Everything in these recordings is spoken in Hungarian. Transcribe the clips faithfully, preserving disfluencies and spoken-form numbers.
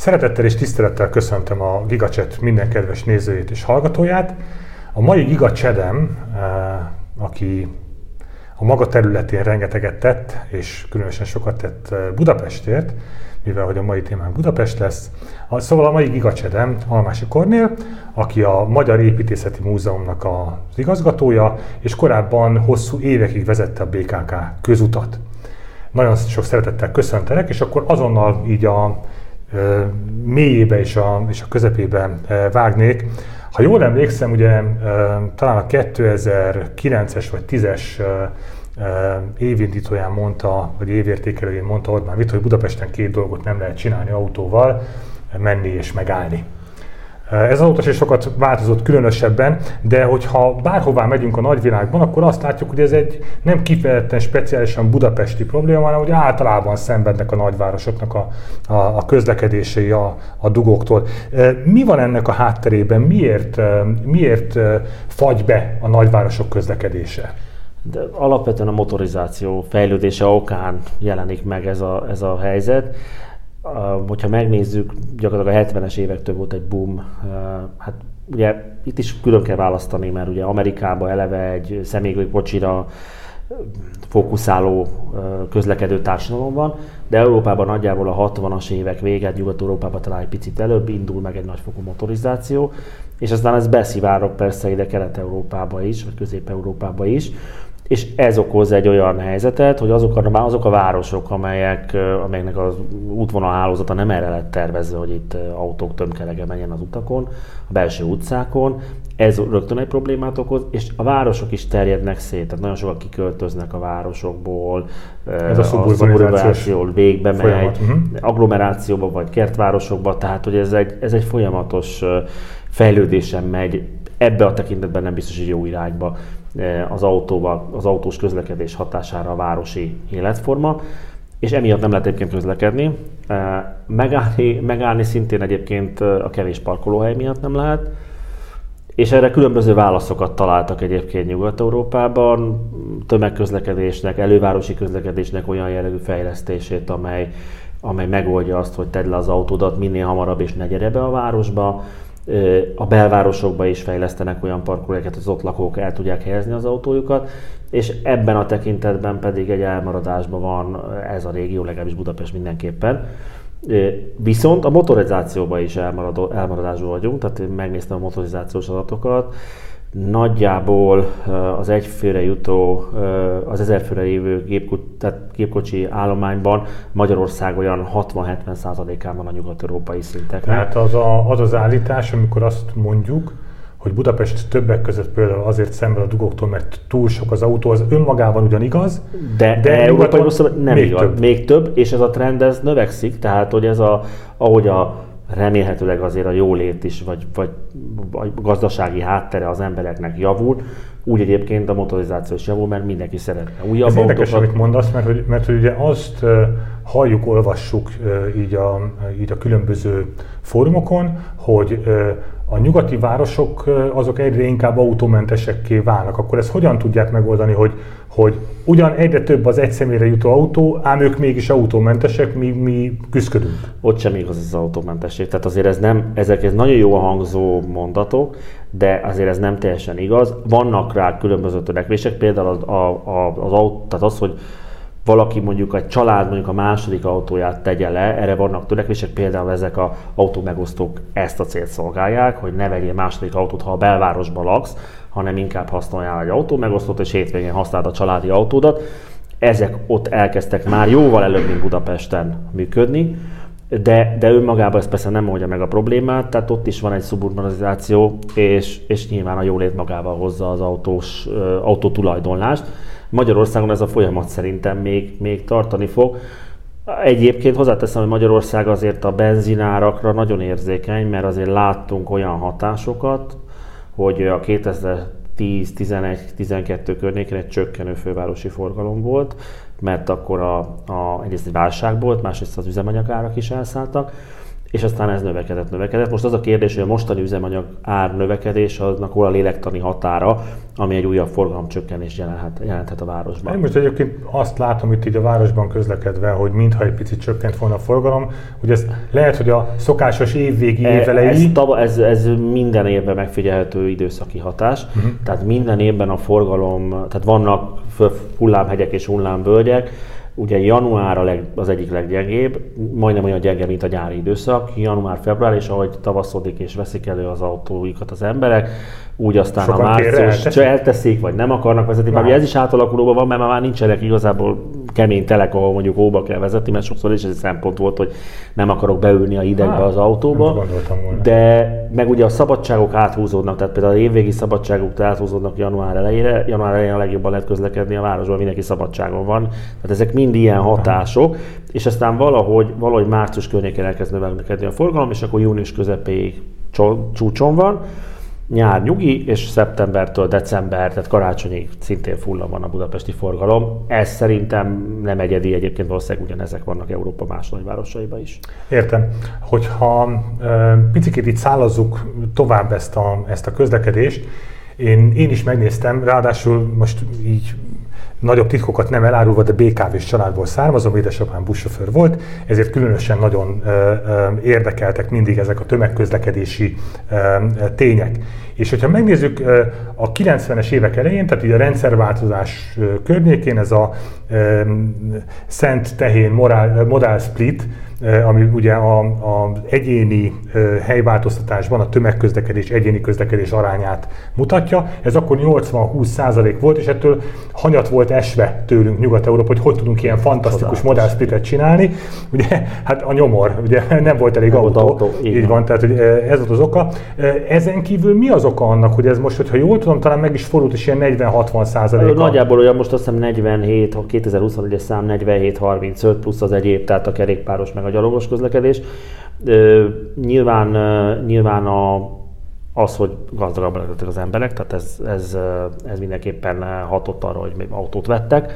Szeretettel és tisztelettel köszöntöm a GigaChat minden kedves nézőjét és hallgatóját. A mai GigaChat-em, aki a maga területén rengeteget tett, és különösen sokat tett Budapestért, mivel hogy a mai témánk Budapest lesz. Szóval a mai GigaChat-em Almási Kornél, aki a Magyar Építészeti Múzeumnak az igazgatója, és korábban hosszú évekig vezette a bé ká ká közutat. Nagyon sok szeretettel köszöntelek, és akkor azonnal így a e, mélyébe és a, és a közepébe e, vágnék. Ha jól emlékszem, ugye e, talán a kétezer-kilences vagy tízes e, e, évindítóján mondta, vagy évértékelőjén mondta Orbán Viktor, hogy Budapesten két dolgot nem lehet csinálni autóval, menni és megállni. Ez az autó is sokat változott különösebben, de hogyha bárhová megyünk a nagyvilágban, akkor azt látjuk, hogy ez egy nem kifejezetten speciálisan budapesti probléma, hanem hogy általában szenvednek a nagyvárosoknak a, a, a közlekedései a, a dugóktól. Mi van ennek a hátterében? Miért, miért fagy be a nagyvárosok közlekedése? De alapvetően a motorizáció fejlődése okán jelenik meg ez a, ez a helyzet. Uh, hogyha megnézzük, gyakorlatilag a hetvenes évektől volt egy boom. Uh, hát ugye itt is külön kell választani, mert ugye Amerikában eleve egy személykocsira fókuszáló uh, közlekedő társadalom van, de Európában nagyjából a hatvanas évek véget, Nyugat-Európában talán egy picit előbb indul meg egy nagyfokú motorizáció, és aztán ez beszivárog persze ide Kelet-Európába is, vagy Közép-Európába is. És ez okoz egy olyan helyzetet, hogy azok a, azok a városok, amelyek, amelyeknek az útvonalhálózata nem erre lett tervezve, hogy itt autók tömkelege menjen az utakon, a belső utcákon, ez rögtön egy problémát okoz, és a városok is terjednek szét, tehát nagyon sokan kiköltöznek a városokból, ez a szuburbanizáció végbe megy, uh-huh. agglomerációba vagy kertvárosokba, tehát hogy ez egy, ez egy folyamatos fejlődésen megy, ebbe a tekintetben nem biztos, hogy jó irányba az autóval, az autós közlekedés hatására a városi életforma, és emiatt nem lehet egyébként közlekedni. Megállni, megállni szintén egyébként a kevés parkolóhely miatt nem lehet, és erre különböző válaszokat találtak egyébként Nyugat-Európában, tömegközlekedésnek, elővárosi közlekedésnek olyan jellegű fejlesztését, amely, amely megoldja azt, hogy tedd le az autódat minél hamarabb és ne gyere be a városba. A belvárosokban is fejlesztenek olyan parkolóhelyeket, hogy az ott lakók el tudják helyezni az autójukat, és ebben a tekintetben pedig egy elmaradásban van ez a régió, legalábbis Budapest mindenképpen. Viszont a motorizációban is elmaradásban vagyunk, tehát megnéztem a motorizációs adatokat. Nagyjából az egyfőre jutó, az ezer főre lévő gépkocsi, tehát gépkocsi állományban Magyarország olyan hatvan-hetven százalékán van a nyugat-európai szinteknek. Tehát az, a, az az állítás, amikor azt mondjuk, hogy Budapest többek között például azért szenved a dugóktól, mert túl sok az autó, az önmagában ugyan igaz, de, de európai nem még igaz. Több. Még több, és ez a trend ez növekszik, tehát hogy ez a, ahogy a remélhetőleg azért a jólét is, vagy, vagy a gazdasági háttere az embereknek javul, úgy egyébként a motorizáció is javul, mert mindenki szeretne újabb Ez autókat. Érdekes, amit mondasz, mert hogy, mert hogy ugye azt uh, halljuk, olvassuk uh, így, a, így a különböző fórumokon, hogy uh, a nyugati városok uh, azok egyre inkább autómentesekké válnak. Akkor ezt hogyan tudják megoldani, hogy, hogy ugyan egyre több az egy személyre jutó autó, ám ők mégis autómentesek, mi, mi küzdködünk? Ott sem igaz az autómentesség. Tehát azért ez nem, ezek ez nagyon jó hangzó mondatok, de azért ez nem teljesen igaz. Vannak rá különböző törekvések, például az, a, a, az, autó, tehát az, hogy valaki mondjuk egy család mondjuk a második autóját tegye le, erre vannak törekvések, például ezek az autómegosztók ezt a célt szolgálják, hogy ne vegyél második autót, ha a belvárosban laksz, hanem inkább használjál egy autómegosztót, és hétvégén használd a családi autódat. Ezek ott elkezdtek már jóval előbb, mint Budapesten működni, de, de önmagában ez persze nem oldja meg a problémát, tehát ott is van egy szuburbanizáció, és, és nyilván a jólét magával hozza az autós, autótulajdonlást. Magyarországon ez a folyamat szerintem még, még tartani fog. Egyébként hozzáteszem, hogy Magyarország azért a benzinárakra nagyon érzékeny, mert azért láttunk olyan hatásokat, hogy a kétezer-tíz, tizenegy, tizenkettő környékén egy csökkenő fővárosi forgalom volt, mert akkor a, a, egyrészt egy válság volt, másrészt az üzemanyagárak is elszálltak, és aztán ez növekedett, növekedett. Most az a kérdés, hogy a mostani üzemanyag ár növekedés aznak hol a lélektani határa, ami egy újabb forgalomcsökkenést jelenthet, jelenthet a városban. Én most egyébként azt látom itt így a városban közlekedve, hogy mintha egy picit csökkent volna a forgalom. Ugye ez lehet, hogy a szokásos évvégi évelei... Ez, ez, ez minden évben megfigyelhető időszaki hatás. Uh-huh. Tehát minden évben a forgalom, tehát vannak hullámhegyek és hullámvölgyek. Ugye január a leg, az egyik leggyengébb, majdnem olyan gyenge, mint a nyári időszak. Január-február, és ahogy tavaszodik és veszik elő az autóikat az emberek, úgy aztán sokan a március elteszik, vagy nem akarnak vezetni. Már ez is átalakulóban van, mert már nincsenek igazából kemény telek, ahol mondjuk óba kell vezetni, mert sokszor is ez egy szempont volt, hogy nem akarok beülni a hidegbe Há, az autóba. De meg ugye a szabadságok áthúzódnak, tehát például az évvégi szabadságok áthúzódnak január elejére. Január elején a legjobban lehet közlekedni a városban, mindenki szabadságon van. Tehát ezek mind ilyen hatások, és aztán valahogy, valahogy március környékén elkezd növekedni a forgalom, és akkor június közepéig csúcson van. Nyár nyugi, és szeptembertől december, tehát karácsonyig szintén fulla van a budapesti forgalom. Ez szerintem nem egyedi, egyébként valószínűleg ugyanezek vannak Európa más nagyvárosaiban is. Értem. Hogyha e, picikét itt szállazzuk tovább ezt a, ezt a közlekedést, én, én is megnéztem, ráadásul most így nagyobb titkokat nem elárulva, de bé ká vés családból származom, édesapám buszsofőr volt, ezért különösen nagyon ö, ö, érdekeltek mindig ezek a tömegközlekedési ö, tények. És hogyha megnézzük ö, a kilencvenes évek elején, tehát így a rendszerváltozás ö, környékén ez a ö, szent tehén morál, modál split, ami ugye az egyéni helyváltoztatásban a tömegközlekedés, egyéni közlekedés arányát mutatja. Ez akkor nyolcvan-húsz százalék volt, és ettől hanyat volt esve tőlünk Nyugat-Európa, hogy hogy tudunk ilyen fantasztikus modál splitet csinálni. Ugye, hát a nyomor, ugye nem volt elég nem autó, autó, így van, tehát hogy ez volt az oka. Ezen kívül mi az oka annak, hogy ez most, hogyha jól tudom, talán meg is fordult, és ilyen negyven-hatvan százalék. Nagyjából olyan most azt hiszem negyvenhét, kétezer-huszonegyes szám negyvenhét harmincöt plusz az egyéb, tehát a kerékpáros meg a gyalogos közlekedés. Ö, nyilván, uh, nyilván a, az, hogy gazdagabbak lettek az emberek, tehát ez, ez, ez mindenképpen hatott arra, hogy még autót vettek.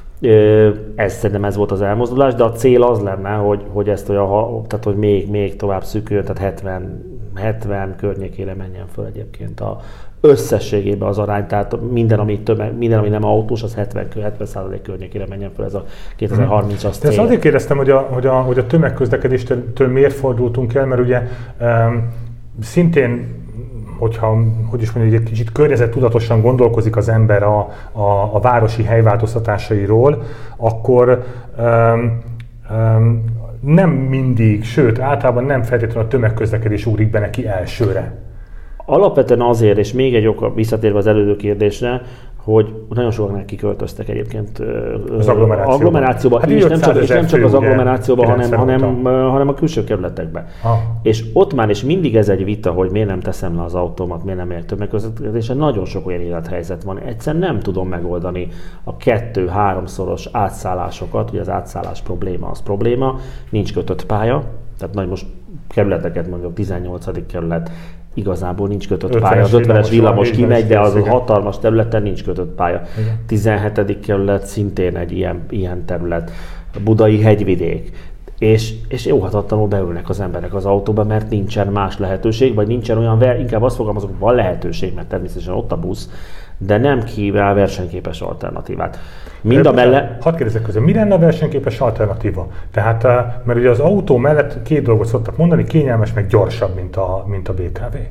Ö, ez szerintem ez volt az elmozdulás, de a cél az lenne, hogy, hogy ezt olyan, tehát hogy még, még tovább szűküljön, tehát hetven, hetven környékére menjen föl egyébként a összességében az arány, tehát minden, ami, tömeg, minden, ami nem autós, az hetven százalék környékére menjen fel, ez a kétezer-harmincas cél. De ezt azért kérdeztem, hogy a, hogy a, hogy a tömegközlekedéstől miért fordultunk el, mert ugye um, szintén, hogyha, hogy is mondjuk, egy kicsit környezettudatosan gondolkozik az ember a, a, a városi helyváltoztatásairól, akkor um, um, nem mindig, sőt, általában nem feltétlenül a tömegközlekedés ugrik be neki elsőre. Alapvetően azért, és még egy ok, visszatérve az előző kérdésre, hogy nagyon sokan kiköltöztek egyébként az agglomerációba, agglomerációba hát és, nem csak, és nem csak az agglomerációba, hanem, hanem, hanem a külső kerületekbe. Ah. És ott már is mindig ez egy vita, hogy miért nem teszem le az autómat, miért nem megyek tömegközlekedésre. Nagyon sok olyan élethelyzet van. Egyszerűen nem tudom megoldani a kettő-háromszoros átszállásokat, ugye az átszállás probléma az probléma, nincs kötött pálya, tehát nagy most kerületeket mondjuk, tizennyolcadik kerület, igazából nincs kötött pálya. Az ötvenes villamos kimegy, de az a hatalmas területen nincs kötött pálya. Igen. tizenhetedik kerület szintén egy ilyen, ilyen terület. A budai hegyvidék. És, és óhatatlanul beülnek az emberek az autóba, mert nincsen más lehetőség, vagy nincsen olyan, inkább azt fogalmazok, van lehetőség, mert természetesen ott a busz, de nem kíván versenyképes alternatívát. Mind a mellett... Hadd kérdezzek közben, mi lenne a versenyképes alternatíva? Tehát, mert ugye az autó mellett két dolgot szoktak mondani, kényelmes, meg gyorsabb, mint a, mint a bé ká vé.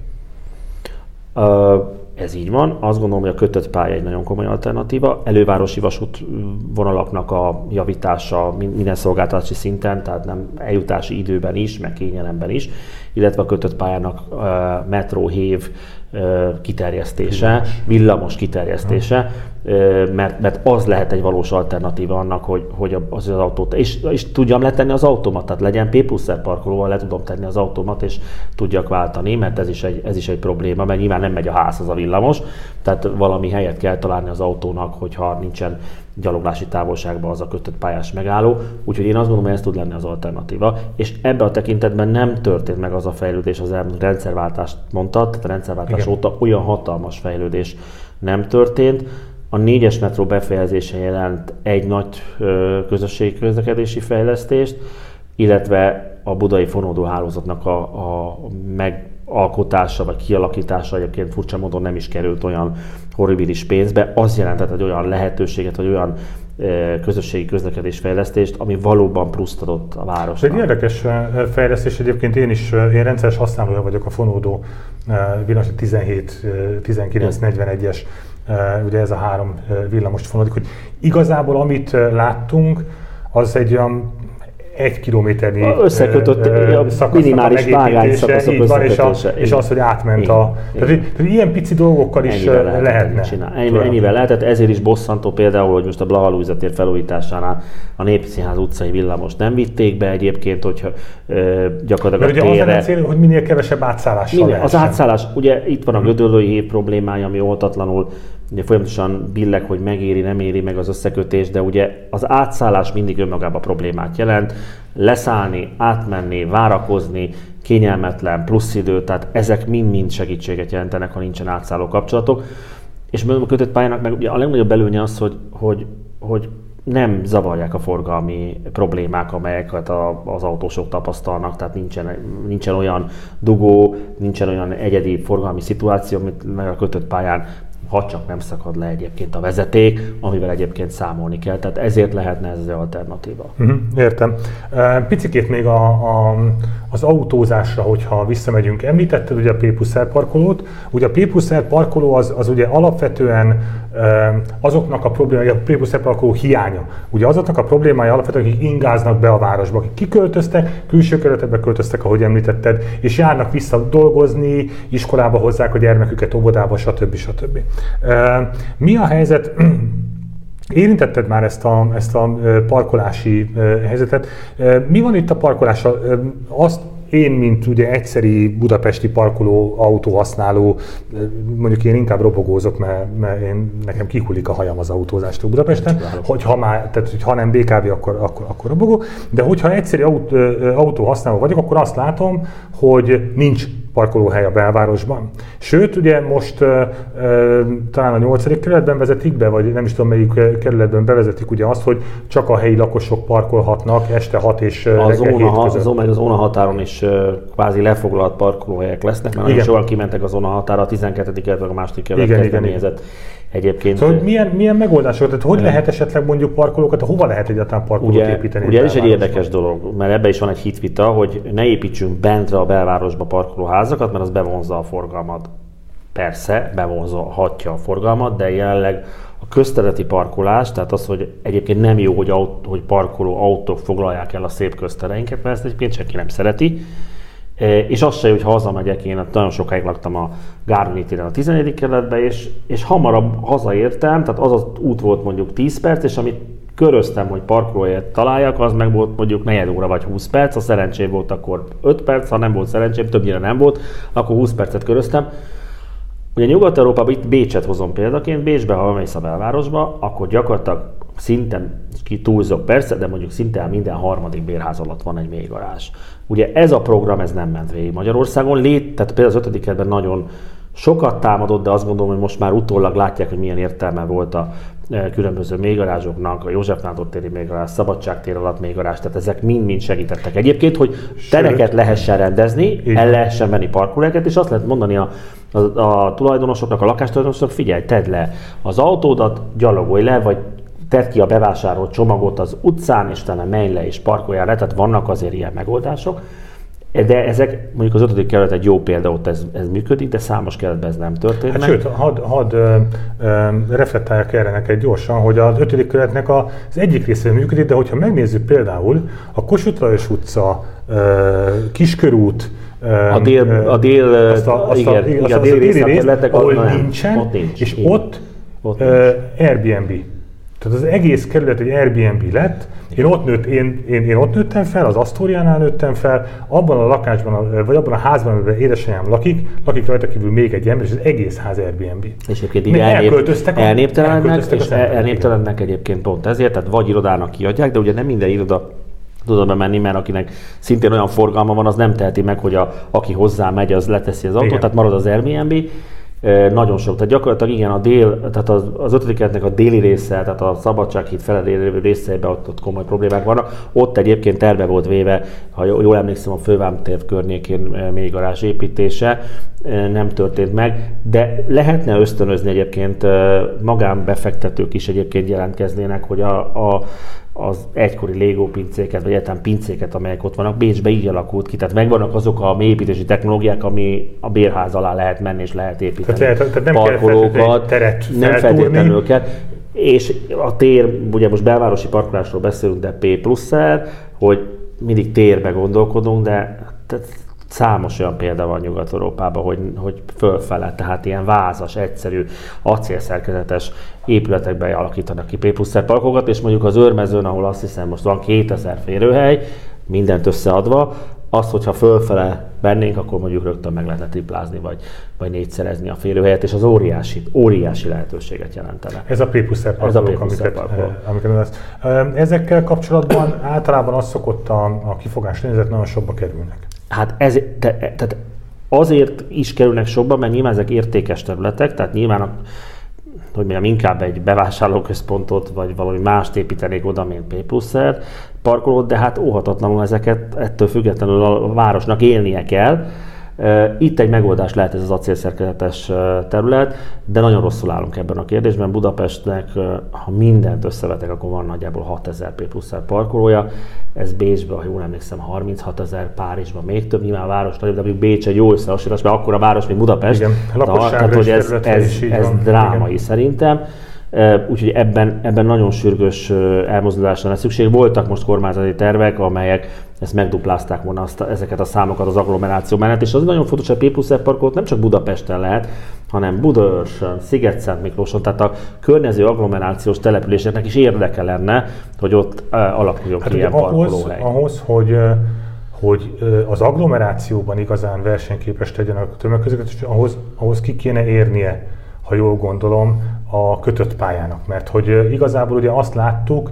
Uh, ez így van. Azt gondolom, hogy a kötött pálya egy nagyon komoly alternatíva. Elővárosi vasútvonalaknak a javítása minden szolgáltatási szinten, tehát nem eljutási időben is, meg kényelemben is, illetve a kötött pályának uh, metró, hév uh, kiterjesztése, villamos, villamos kiterjesztése, uh, mert, mert az lehet egy valós alternatíva annak, hogy, hogy az, az autót, és, és tudjam letenni az automat, tehát legyen P plusz-R parkolóval, le tudom tenni az automat, és tudjak váltani, mert ez is egy, ez is egy probléma, mert nyilván nem megy a házhoz a villamos, tehát valami helyet kell találni az autónak, hogyha nincsen gyaloglási távolságban az a kötött pályás megálló, úgyhogy én azt gondolom, hogy ez tud lenni az alternatíva, és ebben a tekintetben nem történt meg az a fejlődés, az rendszerváltást mondtad, tehát a rendszerváltás Igen. óta olyan hatalmas fejlődés nem történt. A négyes metró befejezése jelent egy nagy közösségi közlekedési fejlesztést, illetve a budai fonódóhálózatnak a, a megalkotása vagy kialakítása egyébként furcsa módon nem is került olyan horribilis pénzbe. Az jelentett egy olyan lehetőséget, vagy olyan közösségi közlekedésfejlesztést, ami valóban pluszt adott a városnak. Egy érdekes fejlesztés, egyébként én is, én rendszeres használója vagyok a fonódó villamos tizenhét, tizenkilenc, negyvenegyes, ugye ez a három villamost fonódik, hogy igazából amit láttunk, az egy olyan egy kilométernyi összekötött minimális vágány szakaszok összekötése. És, és az, hogy átment igen, a... Igen. Tehát, tehát ilyen pici dolgokkal is lehetne. lehetne Ennyi, ennyivel lehetett, ezért is bosszantó például, hogy most a Blaha Lujza tér felújításánál a Népszínház utcai villamos nem vitték be egyébként, hogyha gyakorlatilag mert a térre... Ugye az a cél, hogy minél kevesebb átszállással minél, Az átszállás, ugye itt van a Gödöllői híd problémája, ami oltatlanul ugye folyamatosan billeg, hogy megéri, nem éri meg az összekötés, de ugye az átszállás mindig önmagában problémát jelent. Leszállni, átmenni, várakozni, kényelmetlen, plusz idő, tehát ezek mind-mind segítséget jelentenek, ha nincsen átszálló kapcsolatok. És a kötött pályának meg ugye a legnagyobb előnye az, hogy, hogy, hogy nem zavarják a forgalmi problémák, amelyeket a, az autósok tapasztalnak, tehát nincsen, nincsen olyan dugó, nincsen olyan egyedi forgalmi szituáció, amit meg a kötött pályán ha csak nem szakad le egyébként a vezeték, amivel egyébként számolni kell. Tehát ezért lehetne ez az alternatíva. Uh-huh, értem. Picikét még a, a, az autózásra, hogyha visszamegyünk. Említetted ugye a P plusz R parkolót. Ugye a P plusz R parkoló az, az ugye alapvetően azoknak a problémája, a P plusz R parkoló hiánya. Ugye azoknak a problémája alapvetően, akik ingáznak be a városba, akik kiköltöztek, külső kerületekbe költöztek, ahogy említetted, és járnak vissza dolgozni, iskolába hozzák a gyermeküket, óvodába, stb. stb. Mi a helyzet? Érintetted már ezt a, ezt a parkolási helyzetet. Mi van itt a parkolással? Azt én, mint ugye egyszeri budapesti parkoló autóhasználó, mondjuk én inkább robogózok, mert, mert én, nekem kihullik a hajam az autózástól Budapesten, hogyha már, tehát hogy ha nem bé ká vé, akkor, akkor, akkor robogó, de hogyha egyszeri autó, autóhasználó vagyok, akkor azt látom, hogy nincs parkolóhely a belvárosban. Sőt, ugye most uh, uh, talán a nyolcadik kerületben vezetik be, vagy nem is tudom melyik kerületben bevezetik ugye azt, hogy csak a helyi lakosok parkolhatnak este hat és reggel hét között. Az, meg az zóna határon is uh, kvázi lefoglalt parkolóhelyek lesznek, mert nagyon sokan kimentek a zóna határa, a tizenkettedik kerületben, a második kerület kezdeményezett. Egyébként. Szóval milyen, milyen megoldások? Tehát hogy lehet esetleg mondjuk parkolókat, hova lehet egyáltalán parkolót ugye, építeni? Ugye ez is egy érdekes dolog, mert ebbe is van egy hitvita, hogy ne építsünk bentre a belvárosba parkolóházakat, mert az bevonzza a forgalmat. Persze, bevonzhatja a forgalmat, de jelenleg a közterületi parkolás, tehát az, hogy egyébként nem jó, hogy, autó, hogy parkoló autók foglalják el a szép köztereinket, mert ezt egyébként senki nem szereti. És az se, hogy ha hazamegyek, én nagyon sokáig laktam a Gárdonyi téren a tizenegyedik kerületben, és, és hamarabb hazaértem, tehát az az út volt mondjuk tíz perc, és amit köröztem, hogy parkolóhelyet találjak, az meg volt mondjuk negyed óra vagy húsz perc, a szerencsém volt akkor öt perc, ha nem volt szerencsém, többnyire nem volt, akkor húsz percet köröztem. Ugye Nyugat-Európában, itt Bécset hozom példaként, Bécsbe, ha mész a belvárosba, akkor gyakorlatilag szinte, ki túlzok persze, de mondjuk szinte minden harmadik bérház alatt van egy mélygarázs. Ugye ez a program, ez nem ment végig Magyarországon, lét, tehát például az ötödik kerületben nagyon sokat támadott, de azt gondolom, hogy most már utólag látják, hogy milyen értelme volt a különböző mélygarázsoknak, a József Nádor téri mélygarázs, Szabadság tér alatt mélygarázs, tehát ezek mind-mind segítettek egyébként, hogy tereket lehessen rendezni, el lehessen venni parkolóhelyeket, és azt lehet mondani a, a, a tulajdonosoknak, a lakástulajdonosoknak, figyelj, tedd le az autódat, gyalogolj le, vagy tedd ki a bevásárolt csomagot az utcán, és utána menj le és parkoljál le, tehát vannak azért ilyen megoldások. De ezek, mondjuk az ötödik kerület egy jó példa, ott ez, ez működik, de számos kerületben ez nem történt hát meg. Sőt, hadd had, reflektáljak erre neked gyorsan, hogy az ötödik kerületnek az egyik része működik, de hogyha megnézzük például a Kossuth Lajos utca, Kiskörút, a dél, a dél, azt a, azt igen, a, igen, azt a déli részletek, ahol nincsen, ott nincs, és igen. ott, ott uh, Airbnb. Tehát az egész kerület egy Airbnb lett, én ott, nőtt, én, én, én ott nőttem fel, az Asztóriánál nőttem fel, abban a lakásban, vagy abban a házban, amiben édesanyám lakik, lakik rajta kívül még egy ember, és az egész ház Airbnb. És egyébként így elköltöztek, elnéptelennek, és elnéptelennek egyébként pont ezért, tehát vagy irodának kiadják, de ugye nem minden iroda tud bemenni, mert akinek szintén olyan forgalma van, az nem teheti meg, hogy a, aki hozzá megy, az leteszi az autót, igen. Tehát marad az Airbnb. Nagyon sok, tehát gyakorlatilag igen, a dél, tehát az, az ötödik kerületnek a déli része, tehát a Szabadsághíd felé lévő részeiben ott, ott komoly problémák vannak. Ott egyébként terve volt véve, ha jól emlékszem, a Fővámtér környékén mély garázs építése, nem történt meg, de lehetne ösztönözni egyébként, magánbefektetők is egyébként jelentkeznének, hogy a, a az egykori Lego pincéket, vagy egyáltalán pincéket, amelyek ott vannak, Bécsbe így alakult ki. Tehát megvannak azok a mélyépítési technológiák, ami a bérház alá lehet menni és lehet építeni. Tehát, lehet, tehát nem parkolókat, kell teret nem feltétlenül kell. És a tér, ugye most belvárosi parkolásról beszélünk, de P plusz R, hogy mindig térbe gondolkodunk, de tehát számos olyan példa van Nyugat-Európában, hogy, hogy fölfele, tehát ilyen vázas, egyszerű, acélszerkezetes épületekben alakítanak ki P plusz R parkolókat, és mondjuk az Őrmezőn, ahol azt hiszem most van kétezer férőhely, mindent összeadva, az, hogyha fölfele bennénk, akkor mondjuk rögtön meg lehetne triplázni, vagy, vagy négyszerezni a férőhelyet, és az óriási, óriási lehetőséget jelentene. Ez a P plusz R parkolók, amiket, amiket ezekkel kapcsolatban általában az szokott a, a kifogás lenni, ezek nagyon sokba kerülnek. Hát ez, te, tehát azért is kerülnek sokba, mert nyilván ezek értékes területek, tehát nyilván a, hogy mondjam, inkább egy bevásárlóközpontot, vagy valami mást építenék oda, mint P plusz R parkolót, de hát óhatatlanul ezeket ettől függetlenül a városnak élnie kell. Itt egy megoldás lehet ez az acélszerkezetes terület, de nagyon rosszul állunk ebben a kérdésben. Budapestnek, ha mindent összevetek, akkor van nagyjából hatezer P plusz R parkolója. Ez Bécsben, ha jól emlékszem, harminchatodezer, Párizsban még több, nyilván a város nagyobb, de mondjuk Bécs egy jó összehasonlítás, mert akkora város, mint Budapest. Igen, tehát, hogy ez, ez, ez drámai igen. Szerintem. Úgyhogy ebben, ebben nagyon sürgős elmozdulásra lesz szükség. Voltak most kormányzati tervek, amelyek ezt megduplázták volna azt, ezeket a számokat az agglomeráció mellett, és az nagyon fontos, hogy a P plusz R parkolót nem csak Budapesten lehet, hanem Budaörsön, Sziget-Szentmiklóson, tehát a környező agglomerációs településeknek is érdeke lenne, hogy ott alakuljon hát ki ilyen parkolóhely. Ahhoz, hogy hogy az agglomerációban igazán versenyképes tegyen a tömegközlekedés, ahhoz, ahhoz ki kéne érnie, ha jól gondolom, a kötött pályának. Mert hogy igazából ugye azt láttuk,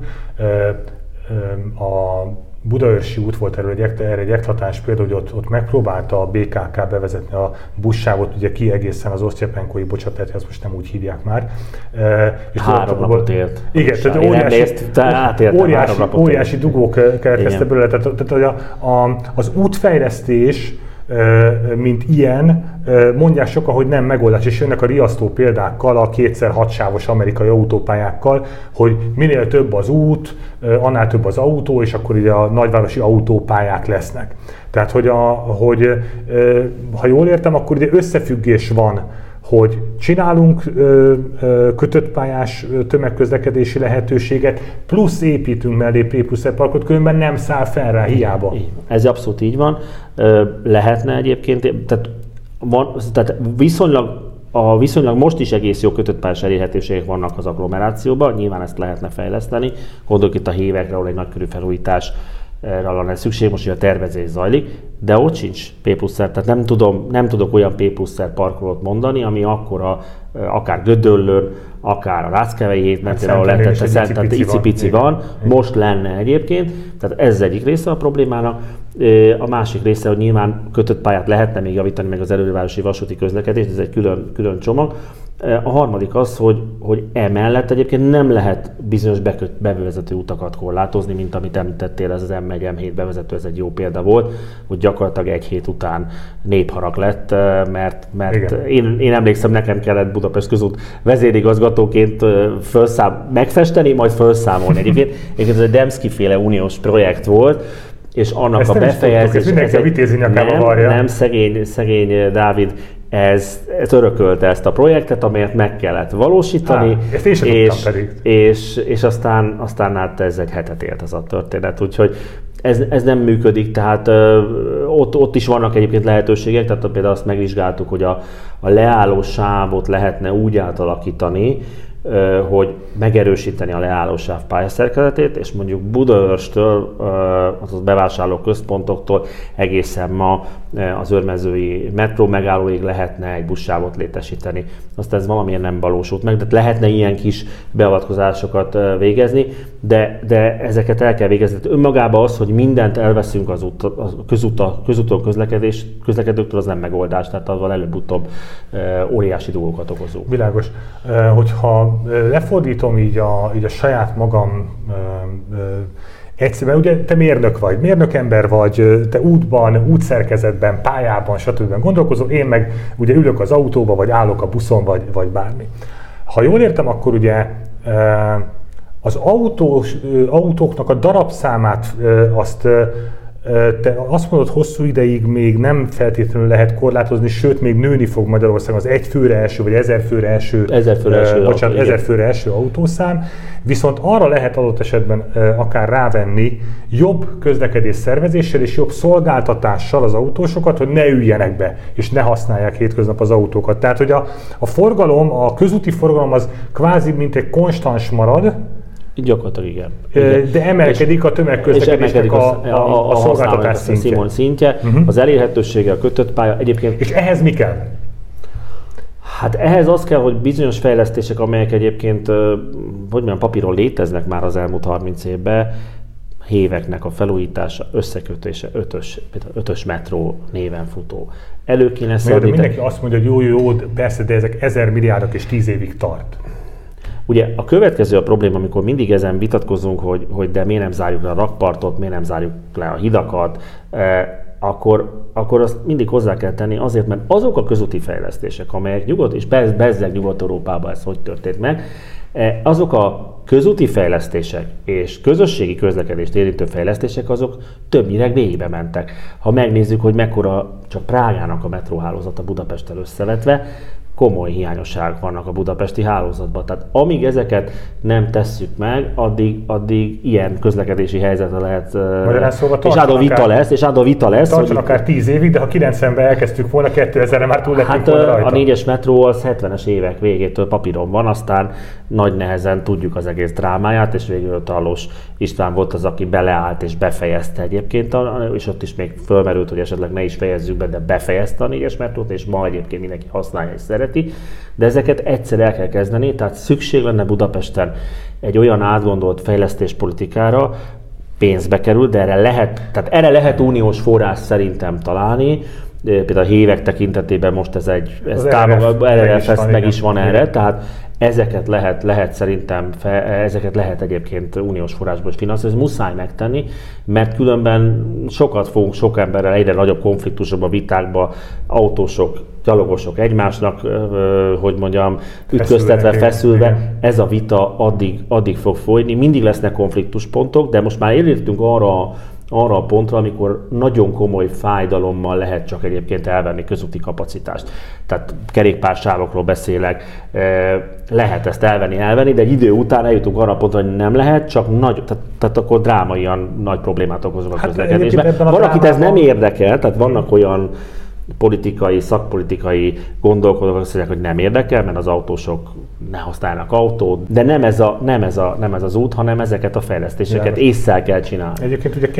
a Budaörsi út volt erről egy, erre egy ekthatás példa, hogy ott, ott megpróbálta a bé ká ká bevezetni a buszsávot, ugye ki egészen az Osztyapenkói, bocsánat, tehát ezt most nem úgy hívják már. És három napot élt. Igen, tehát óriási, nézt, óriási, óriási dugók keletkeztek belőle. Tehát, tehát a, a, az útfejlesztés, mint ilyen, mondják sokan, hogy nem megoldás, és jönnek a riasztó példákkal, a kétszer hatsávos amerikai autópályákkal, hogy minél több az út, annál több az autó, és akkor ugye a nagyvárosi autópályák lesznek. Tehát, hogy, a, hogy ha jól értem, akkor ugye összefüggés van, hogy csinálunk ö, ö, kötött pályás tömegközlekedési lehetőséget, plusz építünk mellé P plusz R parkot, különben nem száll fel rá hiába. Ez abszolút így van. Lehetne egyébként, tehát, van, tehát viszonylag, a viszonylag most is egész jó kötött pályás elérhetőségek vannak az agglomerációban, nyilván ezt lehetne fejleszteni. Gondolok itt a hívekre, ahol egy nagykörű felújítás lenne szükség, most, hogy a tervezés zajlik, de ott sincs P plusz R, tehát nem, tudom, nem tudok olyan P plusz R parkolót mondani, ami akkora, akár Gödöllőn, akár a Ráckevei hétmentén, ahol lehetett, tehát icipici van, van. Most lenne egyébként, tehát ez az egyik része a problémának. A másik része, hogy nyilván kötött pályát lehetne még javítani, meg az elővárosi vasúti közlekedést, ez egy külön, külön csomag. A harmadik az, hogy, hogy emellett egyébként nem lehet bizonyos beköt, bevezető utakat korlátozni, mint amit említettél, ez az M egy M hét bevezető, ez egy jó példa volt, hogy gyakorlatilag egy hét után népharag lett, mert, mert én, én emlékszem, nekem kellett Budapest közút vezérigazgatóként felszám, megfesteni, majd felszámolni. Egyébként, egyébként ez egy Demszky-féle uniós projekt volt, és annak ezt a befejezés... Ez ez nem, nem szegény, szegény Dávid, ez, ez örökölte ezt a projektet, amelyet meg kellett valósítani, Há, ezt én sem és, pedig. és, és aztán, aztán hát ez egy hetet élt ez a történet, úgyhogy ez, ez nem működik, tehát ö, ott, ott is vannak egyébként lehetőségek, tehát például azt megvizsgáltuk, hogy a, a leálló sávot lehetne úgy átalakítani, hogy megerősíteni a leállósáv pályaszerkezetét, és mondjuk Budaörstől, azaz bevásárló központoktól egészen ma az örmezői metró megállóig lehetne egy buszsávot létesíteni. Azt ez valamilyen nem valósult meg, de lehetne ilyen kis beavatkozásokat végezni, de, de ezeket el kell végezni. Önmagában az, hogy mindent elveszünk az, út, az közúton, közúton közlekedés, közlekedőktől, az nem megoldás, tehát azzal előbb-utóbb óriási dolgokat okozunk. Világos. Hogyha lefordítom így a, így a saját magam egyszerűen, ugye te mérnök vagy, mérnök ember vagy, te útban, útszerkezetben, pályában, stb. Gondolkozol, én meg ugye ülök az autóba, vagy állok a buszon, vagy, vagy bármi. Ha jól értem, akkor ugye az autós, autóknak a darabszámát azt te azt mondod, hosszú ideig még nem feltétlenül lehet korlátozni, sőt, még nőni fog Magyarországon az egy főre első, vagy ezer főre első, ezer főre első, uh, bocsánat, ezer főre első autószám, viszont arra lehet adott esetben uh, akár rávenni jobb közlekedés szervezéssel és jobb szolgáltatással az autósokat, hogy ne üljenek be, és ne használják hétköznap az autókat. Tehát, hogy a, a forgalom, a közúti forgalom az kvázi mint egy konstans marad, gyakorlatilag igen. igen. De emelkedik és, a tömegközlekedésnek a, a, a, a szolgáltatás szintje. A szintje, uh-huh. Az elérhetősége, a kötött pálya. Egyébként, és ehhez mi kell? Hát ehhez az kell, hogy bizonyos fejlesztések, amelyek egyébként, hogy mondjam, papíron léteznek már az elmúlt harminc évben, héveknek a felújítása, összekötése, ötös, ötös metró néven futó. Elő kéne szedni. Mindenki azt mondja, hogy jó, jó, jó, persze, de ezek ezer milliárdok és tíz évig tart. Ugye a következő a probléma, amikor mindig ezen vitatkozunk, hogy, hogy de miért nem zárjuk le a rakpartot, miért nem zárjuk le a hidakat, eh, akkor, akkor azt mindig hozzá kell tenni azért, mert azok a közúti fejlesztések, amelyek nyugodt, és bezzeg Nyugat-Európában ez hogy történt meg, eh, azok a közúti fejlesztések és közösségi közlekedést érintő fejlesztések, azok többnyire végbe mentek. Ha megnézzük, hogy mekkora csak Prágának a metróhálózata Budapesttel összevetve, komoly hiányosságok vannak a budapesti hálózatban. Tehát amíg ezeket nem tesszük meg, addig, addig ilyen közlekedési helyzetre lehet, szóval és áldó vita lesz, és áldó vita lesz. Tartson akár tíz évig, de ha kilencvenben elkezdtük volna, kétezerre már túl lettünk hát volna rajta. A négyes metró az hetvenes évek végétől papíron van, aztán nagy nehezen tudjuk az egész drámáját, és végül Talós István volt az, aki beleállt és befejezte egyébként, és ott is még fölmerült, hogy esetleg ne is fejezzük be, de befejezte a négyes metrót, és ma egyébként mindenki használja és szereti. De ezeket egyszer el kell kezdeni, tehát szükség lenne Budapesten egy olyan átgondolt fejlesztéspolitikára, pénzbe kerül, de erre lehet, tehát erre lehet uniós forrás szerintem találni. Például a hévek tekintetében most ez egy ez támogat, er er ef meg, meg is van erre, tehát ezeket lehet, lehet szerintem, fe, ezeket lehet egyébként uniós forrásból is finanszírozni, muszáj megtenni, mert különben sokat fogunk sok emberrel egyre nagyobb konfliktusokba, vitákba, autósok, gyalogosok egymásnak, hogy mondjam, ütköztetve, feszülve, ez a vita addig, addig fog folyni, mindig lesznek konfliktuspontok, de most már elértünk arra arra a pontra, amikor nagyon komoly fájdalommal lehet csak egyébként elvenni közúti kapacitást. Tehát kerékpársávokról beszélek, lehet ezt elvenni, elvenni, de egy idő után eljutunk arra a pontra, hogy nem lehet, csak nagy, tehát, tehát akkor drámaian nagy problémát okozunk a közlekedésben. Hát van, akit ez nem érdekel, tehát vannak olyan politikai, szakpolitikai gondolkodók, azt mondják, hogy nem érdekel, mert az autósok ne használnak autót, de nem ez, a, nem, ez a, nem ez az út, hanem ezeket a fejlesztéseket ésszel kell csinálni. Egyébként ugye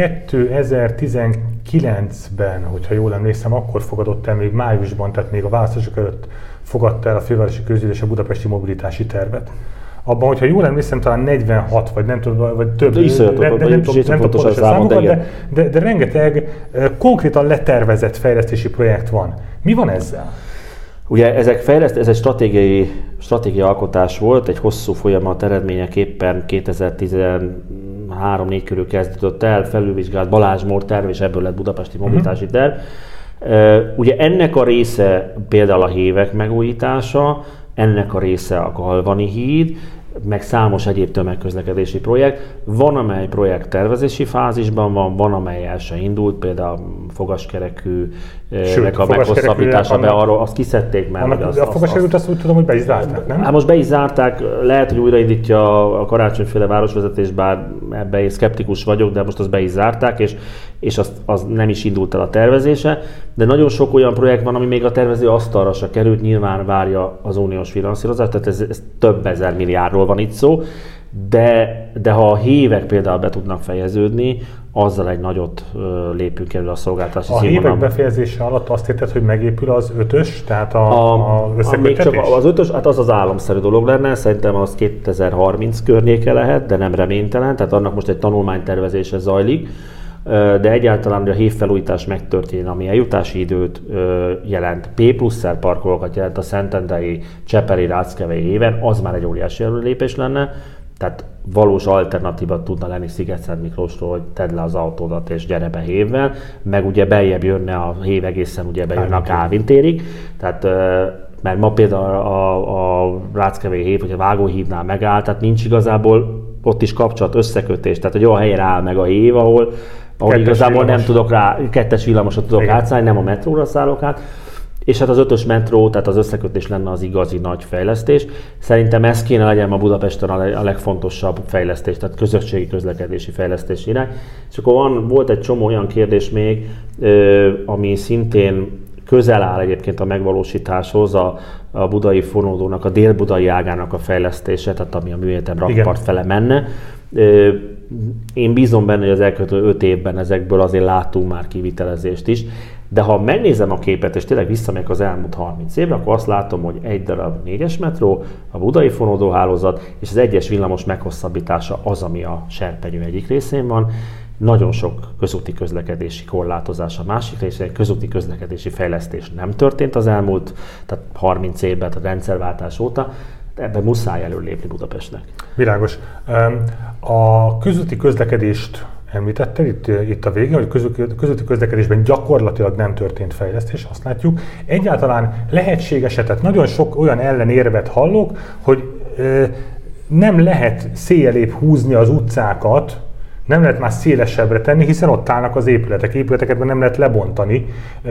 kétezer-tizenkilencben, hogyha jól emlékszem, akkor fogadott el még májusban, tehát még a választások előtt fogadta el a fővárosi közgyűlés a budapesti mobilitási tervet. Abban, hogyha jól emlékszem, talán negyvenhat, vagy nem tudom, vagy több, Iszonyatot, de, de, nem tudom pontosan számokat, de, de, de rengeteg konkrétan letervezett fejlesztési projekt van. Mi van ezzel? Ugye ezek fejleszt, ez egy stratégiai, stratégiai alkotás volt, egy hosszú folyamat eredményeképpen kétezer-tizenhárom-négy körül kezdődött el, felülvizsgált Balázs Mór terv, és ebből lett budapesti mobilitási terv. Ugye ennek a része például a hévek megújítása, ennek a része a Galvani híd, meg számos egyéb tömegközlekedési projekt. Van, amely projekt tervezési fázisban van, van, amely el sem indult, például a fogaskerekű, meg a meghosszabbítása, be arról azt kiszedték már. Annak, az, a fogaskerekűt azt úgy tudom, hogy be is zárták, nem? Hát most be is zárták, lehet, hogy újraindítja a karácsonyféle városvezetés, bár ebbe én szkeptikus vagyok, de most azt be is zárták, és, és az, az nem is indult el a tervezése. De nagyon sok olyan projekt van, ami még a tervező asztalra se került, nyilván várja az uniós finanszírozást, tehát ez, ez több ezer milliárdról van itt szó. De, de ha a hívek például be tudnak fejeződni, azzal egy nagyot ö, lépünk elő a szolgáltatási színvonalban. A hívek befejezése alatt azt érted, hogy megépül az ötös, tehát a, a, a összeköttetés? A, még csak az ötös, hát az az álomszerű dolog lenne, szerintem az kétezer-harminc környéke lehet, de nem reménytelen, tehát annak most egy tanulmánytervezése zajlik, de egyáltalán, hogy a hívfelújítás megtörténjen, ami eljutási időt jelent, P plusz-szer parkolókat jelent a szentendrei, csepeli, ráckevei héven, az már egy óriási előrelépés lenne. Tehát valós alternatíva tudna lenni Sziget-Szent Miklósról, hogy tedd le az autódat és gyere be Hévvel, meg ugye beljebb jönne a Hév egészen, ugye bejönne a Kálvin térig. Tehát, mert ma például a, a Ráckevei Hév, vagy a Vágóhídnál megáll, tehát nincs igazából ott is kapcsolat, összekötés, tehát egy olyan helyen áll meg a Hév, ahol, ahol igazából villamos. nem tudok rá, kettes villamosra tudok átszállni, nem a metróra szállok át. És hát az ötös metró, tehát az összekötés lenne az igazi nagy fejlesztés. Szerintem ez kéne legyen ma Budapesten a legfontosabb fejlesztés, tehát közösségi közlekedési fejlesztés irány. És akkor van, volt egy csomó olyan kérdés még, ami szintén közel áll egyébként a megvalósításhoz, a, a budai fonódónak, a dél-budai ágának a fejlesztése, tehát ami a műegyetem rakpart fele menne. Én bízom benne, hogy az elkövetkező öt évben ezekből azért látunk már kivitelezést is. De ha megnézem a képet, és tényleg visszamegyek az elmúlt harminc évre, akkor azt látom, hogy egy darab négyes metró, a budai fonódóhálózat és az egyes villamos meghosszabbítása az, ami a serpenyő egyik részén van. Nagyon sok közúti közlekedési korlátozás a másik részén, közúti közlekedési fejlesztés nem történt az elmúlt tehát harminc évben, a rendszerváltás óta. Ebben muszáj előlépni Budapestnek. Világos. A közúti közlekedést említetted itt, itt a végén, hogy közúti közlekedésben gyakorlatilag nem történt fejlesztés, azt látjuk. Egyáltalán lehetséges, tehát nagyon sok olyan ellenérvet hallok, hogy nem lehet szélébb húzni az utcákat, nem lehet már szélesebbre tenni, hiszen ott állnak az épületek, épületeket nem lehet lebontani.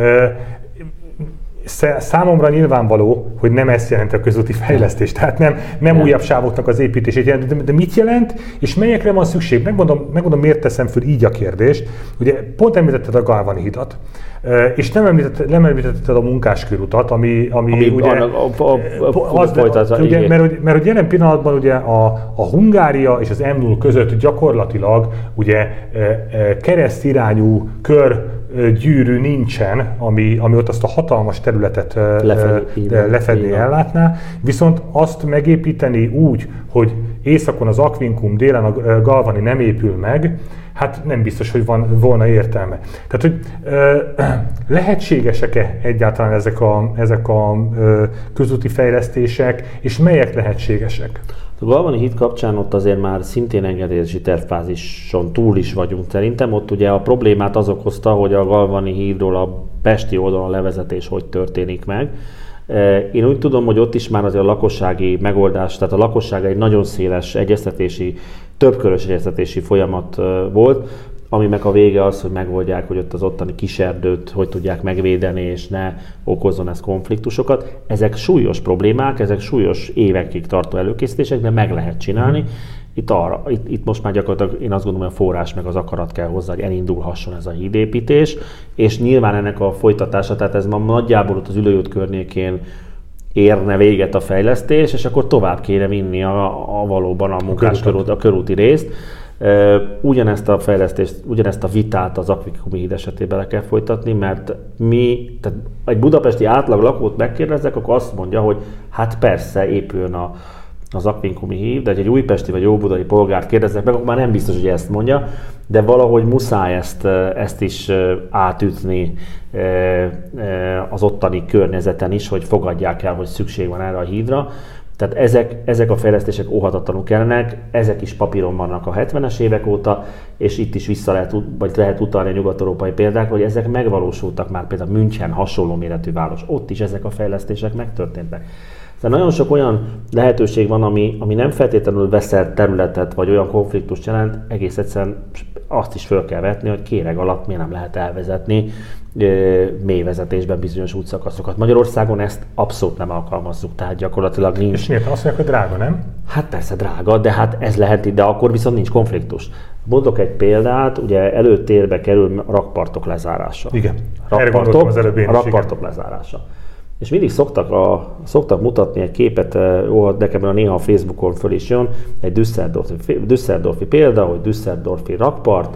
Számomra nyilvánvaló, hogy nem ezt jelent a közúti fejlesztés, tehát nem, nem újabb sávoknak az építését jelent, de, de mit jelent, és melyekre van szükség? Megmondom, megmondom, miért teszem föl így a kérdést. Ugye pont említetted a Galvani hidat, és nem említetted, nem említetted a Munkáskörútat, ami, ami, ami ugye, a, a, a, az, folytatza, ugye mert, mert jelen pillanatban ugye a, a Hungária és az em null között gyakorlatilag ugye keresztirányú kör gyűrű nincsen, ami, ami ott azt a hatalmas területet lefedni, ellátná, viszont azt megépíteni úgy, hogy északon az Aquincum, délen a Galvani nem épül meg, hát nem biztos, hogy van volna értelme. Tehát, hogy ö, lehetségesek-e egyáltalán ezek a, ezek a ö, közúti fejlesztések, és melyek lehetségesek? A Galvani híd kapcsán ott azért már szintén engedélyezési tervfázison túl is vagyunk szerintem. Ott ugye a problémát az okozta, hogy a Galvani hídról a pesti oldalon levezetés hogy történik meg. Én úgy tudom, hogy ott is már azért a lakossági megoldás, tehát a lakosság egy nagyon széles egyeztetési, többkörös egyeztetési folyamat volt, aminek a vége az, hogy megoldják, hogy ott az ottani kiserdőt hogy tudják megvédeni, és ne okozzon ez konfliktusokat. Ezek súlyos problémák, ezek súlyos évekig tartó előkészítések, de meg lehet csinálni. Itt, arra, itt, itt most már gyakorlatilag én azt gondolom, hogy a forrás meg az akarat kell hozzá, hogy elindulhasson ez a hídépítés, és nyilván ennek a folytatása, tehát ez ma nagyjából ott az Ülőút környékén érne véget a fejlesztés, és akkor tovább kéne vinni a, a valóban a Munkáskörút, a körúti részt. Ugyanezt a fejlesztést, ugyanezt a vitát az Aquincumi híd esetében le kell folytatni, mert mi, tehát egy budapesti átlag lakót megkérdezek, akkor azt mondja, hogy hát persze épüljön a, az Aquincumi híd, de egy újpesti vagy óbudai polgárt kérdeznek meg, akkor már nem biztos, hogy ezt mondja, de valahogy muszáj ezt, ezt is átütni az ottani környezeten is, hogy fogadják el, hogy szükség van erre a hídra. Tehát ezek, ezek a fejlesztések óhatatlanul kellenek, ezek is papíron vannak a hetvenes évek óta, és itt is vissza lehet, vagy lehet utalni a nyugat-európai példákra, hogy ezek megvalósultak már, például München hasonló méretű város, ott is ezek a fejlesztések megtörténtek. Tehát nagyon sok olyan lehetőség van, ami, ami nem feltétlenül veszett területet, vagy olyan konfliktust jelent, egész egyszerűen azt is föl kell vetni, hogy kéreg alatt miért nem lehet elvezetni mélyvezetésben bizonyos útszakaszokat. Magyarországon ezt abszolút nem alkalmazzuk, tehát gyakorlatilag nincs. És miért azt mondják, hogy drága, nem? Hát persze drága, de hát ez lehet itt, de akkor viszont nincs konfliktus. Mondok egy példát, ugye előtérbe kerül a rakpartok lezárása. Igen, rakpartok, erre gondoltam az előbb én is, a rakpartok igen. lezárása. És mindig szoktak, a, szoktak mutatni egy képet, ó, nekem a néha a Facebookon föl is jön, egy Düsseldorfi, Düsseldorfi példa, hogy Düsseldorfi rakpart,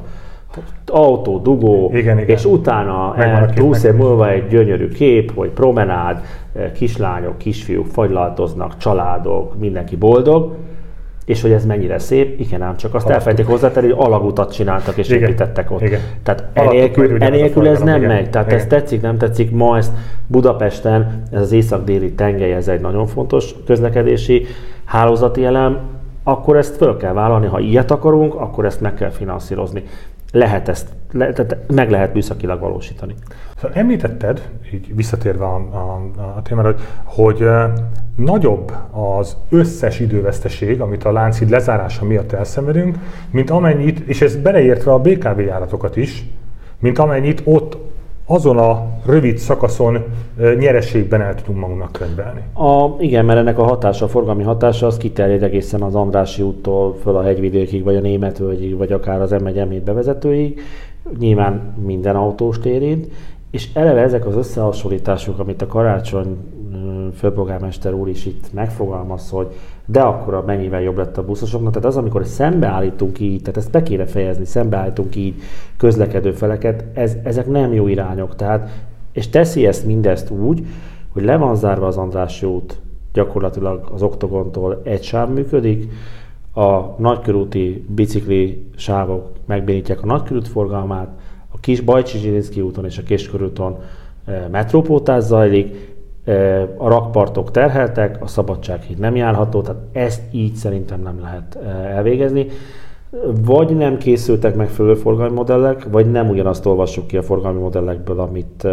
autó, dugó, igen, igen. és utána húsz év múlva egy gyönyörű kép, hogy promenád, kislányok, kisfiúk fagylaltoznak, családok, mindenki boldog, és hogy ez mennyire szép, igen ám, csak azt Alaptuk. elfelejtik hozzátenni, hogy alagutat csináltak és igen. építettek ott. Igen. Tehát enélkül, enélkül ez nem igen. megy. Tehát igen. ez tetszik, nem tetszik. Ma ezt Budapesten, ez az észak-déli tengely, ez egy nagyon fontos közlekedési hálózati elem, akkor ezt föl kell vállalni. Ha ilyet akarunk, akkor ezt meg kell finanszírozni. Lehet ezt, le, tehát meg lehet műszakilag valósítani. Szóval említetted, így visszatérve a, a, a témára, hogy, hogy nagyobb az összes időveszteség, amit a Lánchíd lezárása miatt elszenvedünk, mint amennyit, és ez beleértve a bé ká vé járatokat is, mint amennyit ott azon a rövid szakaszon nyereségben el tudunk magunknak könyvelni. A, igen, mert ennek a hatása, a forgalmi hatása az kiterjed egészen az Andrássy úttól föl a Hegyvidékig, vagy a Németvölgyig, vagy akár az em egy em hét bevezetőig. Nyilván minden autóst érint, és eleve ezek az összehasonlítások, amit a Karácsony főpolgármester úr is itt megfogalmaz, hogy de akkor mennyivel jobb lett a buszosoknak, tehát az, amikor szembeállítunk így, tehát ezt be kéne fejezni, szembeállítunk így közlekedő feleket, ez, ezek nem jó irányok, tehát, és teszi ezt mindezt úgy, hogy le van zárva az Andrássy út, gyakorlatilag az Oktogontól egy sáv működik, a nagykörúti bicikli sávok megbénítják a nagykörút forgalmát, a kis Bajcsy-Zsilinszky úton és a Kiskörúton metrópótás zajlik, a rakpartok terheltek, a Szabadsághíd nem járható, tehát ezt így szerintem nem lehet elvégezni. Vagy nem készültek megfelelő forgalmi modellek, vagy nem ugyanazt olvassuk ki a forgalmi modellekből, amit,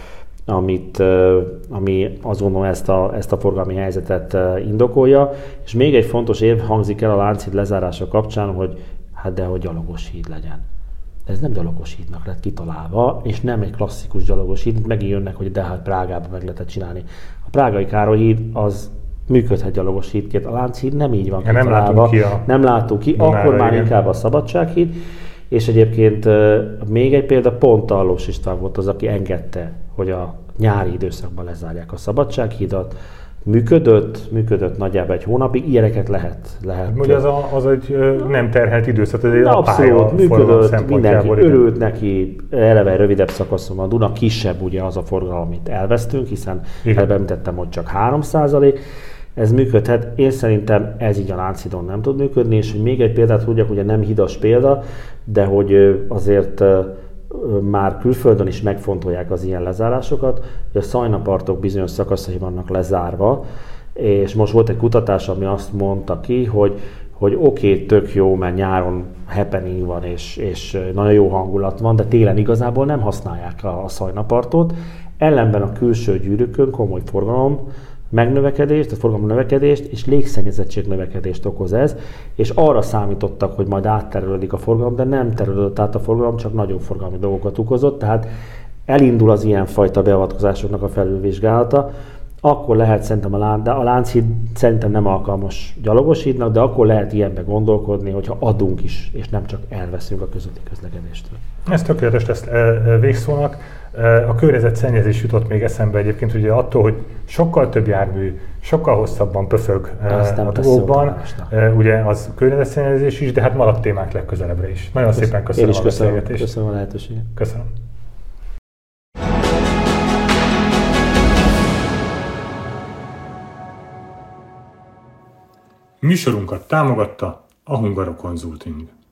amit, ami azt gondolom ezt a, ezt a forgalmi helyzetet indokolja. És még egy fontos érv hangzik el a Lánchíd lezárása kapcsán, hogy hát de hogy gyalogos híd legyen. Ez nem gyalogos hídnak lett kitalálva, és nem egy klasszikus gyalogos híd, megint jönnek, hogy de hát Prágában meg lehetett csinálni. A prágai Károly híd az működhet gyalogos hídként, a Lánchíd nem így van ja, kitalálva. Nem látunk ki, a... nem látunk ki akkor már igen. inkább a Szabadsághíd, és egyébként még egy példa, pont Tarlós István volt az, aki engedte, hogy a nyári időszakban lezárják a Szabadsághídat. Működött, működött nagyjából egy hónapig, ilyeneket lehet. lehet. Ugye az, a, az egy nem terhelt időszak, ez egy a pálya működött, mindenki örült neki, eleve rövidebb szakaszon a Duna, kisebb ugye az a forgalom, amit elvesztünk, hiszen elbeemlítettem, hogy csak három százalék. Ez működhet, én szerintem ez így a Lánchídon nem tud működni, és hogy még egy példát tudjak, ugye nem hidas példa, de hogy azért már külföldön is megfontolják az ilyen lezárásokat, hogy a Szajna-partok bizonyos szakaszai vannak lezárva, és most volt egy kutatás, ami azt mondta ki, hogy, hogy oké, okay, tök jó, mert nyáron happening van, és, és nagyon jó hangulat van, de télen igazából nem használják a, a Szajna-partot, ellenben a külső gyűrűkön komoly forgalom megnövekedést, a forgalom növekedést és légszennyezettség növekedést okoz ez, és arra számítottak, hogy majd átterülődik a forgalom, de nem terülődött át a forgalom, csak nagyobb forgalmi dolgokat okozott, tehát elindul az ilyenfajta beavatkozásoknak a felülvizsgálata, akkor lehet szerintem a, Lán, de a Lánchíd szerintem nem alkalmas gyalogos hídnak, de akkor lehet ilyenbe gondolkodni, hogyha adunk is, és nem csak elveszünk a közúti közlekedéstől. Ez tökéletes lesz végszónak. A környezetszennyezés jutott még eszembe egyébként, ugye attól, hogy sokkal több jármű, sokkal hosszabban pöfög a dugókban, ugye az környezetszennyezés is, de hát maradt témák legközelebbre is. Nagyon köszönöm. Szépen köszönöm, Én is köszönöm a beszélgetést. Köszönöm a lehetőséget. Köszönöm. Műsorunkat támogatta a Hungaro Consulting.